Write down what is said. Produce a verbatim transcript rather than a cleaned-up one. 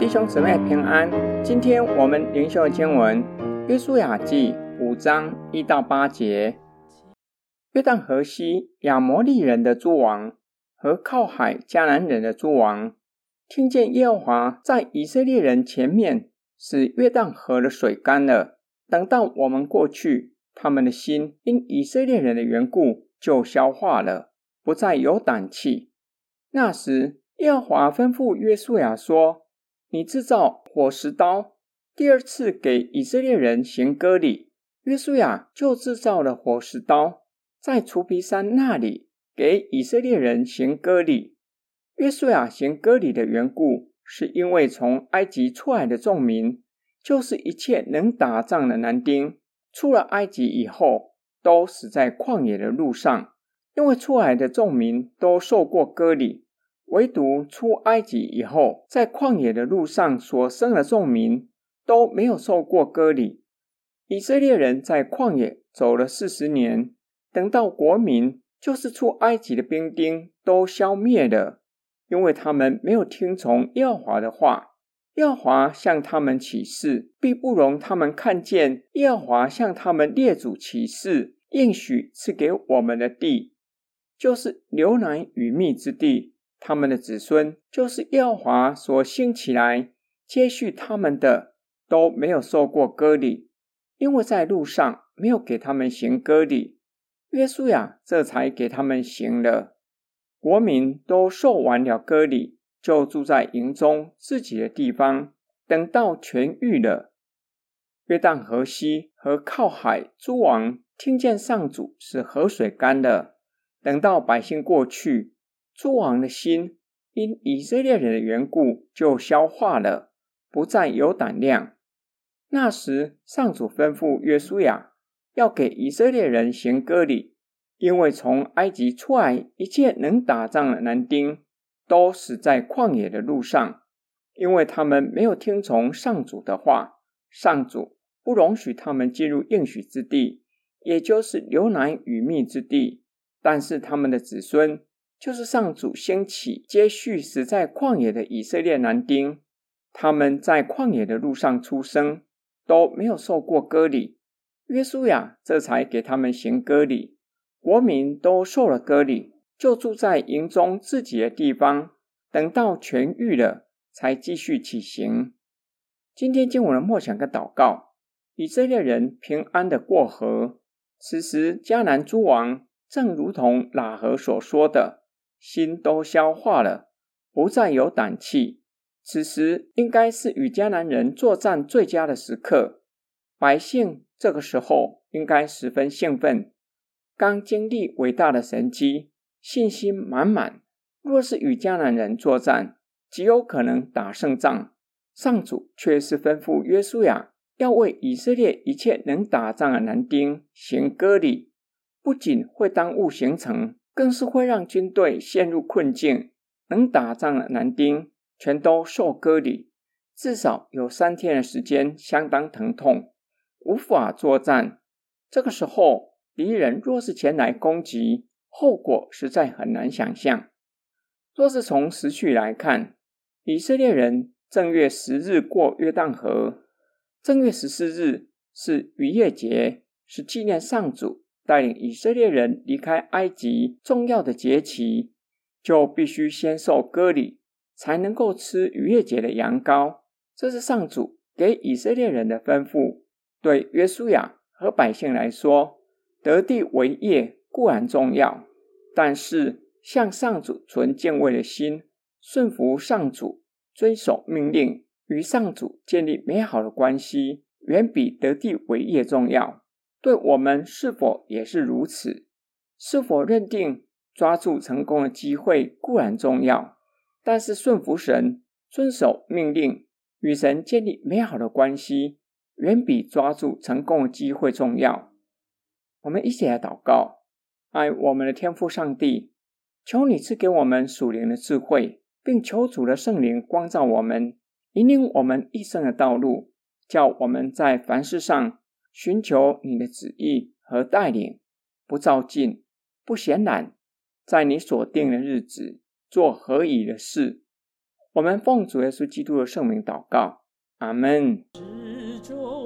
弟兄姊妹平安。今天我们灵修的经文约书亚记五章一到八节。约旦河西亚摩利人的诸王和靠海迦南人的诸王听见耶和华在以色列人前面使约旦河的水干了，等到我们过去，他们的心因以色列人的缘故就消化了，不再有胆气。那时耶和华吩咐约书亚说，你制造火石刀，第二次给以色列人行割礼。约书亚就制造了火石刀，在除皮山那里给以色列人行割礼。约书亚行割礼的缘故，是因为从埃及出来的众民，就是一切能打仗的男丁，出了埃及以后，都死在旷野的路上。因为出来的众民都受过割礼，唯独出埃及以后，在旷野的路上所生的众民都没有受过割礼。以色列人在旷野走了四十年，等到国民，就是出埃及的兵丁都消灭了，因为他们没有听从耶和华的话。耶和华向他们起誓，必不容他们看见耶和华向他们列祖起誓应许赐给我们的地，就是流奶与蜜之地。他们的子孙，就是耶和华所兴起来接续他们的，都没有受过割礼，因为在路上没有给他们行割礼，约书亚这才给他们行了。国民都受完了割礼，就住在营中自己的地方，等到痊愈了。约旦河西和靠海诸王听见上主使河水干了，等到百姓过去，诸王的心因以色列人的缘故就消化了，不再有胆量。那时上主吩咐约书亚要给以色列人行割礼，因为从埃及出来一切能打仗的男丁都死在旷野的路上，因为他们没有听从上主的话。上主不容许他们进入应许之地，也就是流奶与蜜之地，但是他们的子孙，就是上主兴起接续死在旷野的以色列男丁，他们在旷野的路上出生，都没有受过割礼。约书亚这才给他们行割礼，国民都受了割礼，就住在营中自己的地方，等到痊愈了，才继续起行。今天经文的默想跟祷告，以色列人平安的过河。此时迦南诸王正如同喇合所说的，心都消化了，不再有胆气。此时应该是与迦南人作战最佳的时刻，百姓这个时候应该十分兴奋，刚经历伟大的神迹，信心满满。若是与迦南人作战，极有可能打胜仗。上主却是吩咐约书亚要为以色列一切能打仗的男丁行割礼，不仅会耽误行程，更是会让军队陷入困境。能打仗的男丁全都受割礼，至少有三天的时间相当疼痛，无法作战。这个时候敌人若是前来攻击，后果实在很难想象。若是从时序来看，以色列人正月十日过约旦河，正月十四日是逾越节，是纪念上主带领以色列人离开埃及重要的节期，就必须先受割礼，才能够吃逾越节的羊羔。这是上主给以色列人的吩咐。对约书亚和百姓来说，得地为业固然重要，但是向上主存敬畏的心，顺服上主，遵守命令，与上主建立美好的关系，远比得地为业重要。对我们是否也是如此？是否认定抓住成功的机会固然重要，但是顺服神，遵守命令，与神建立美好的关系，远比抓住成功的机会重要。我们一起来祷告。爱我们的天父上帝，求你赐给我们属灵的智慧，并求主的圣灵光照我们，引领我们一生的道路，叫我们在凡事上寻求你的旨意和带领，不躁进，不闲懒，在你所定的日子做合宜的事。 我们奉主耶稣基督的圣名祷告，阿们。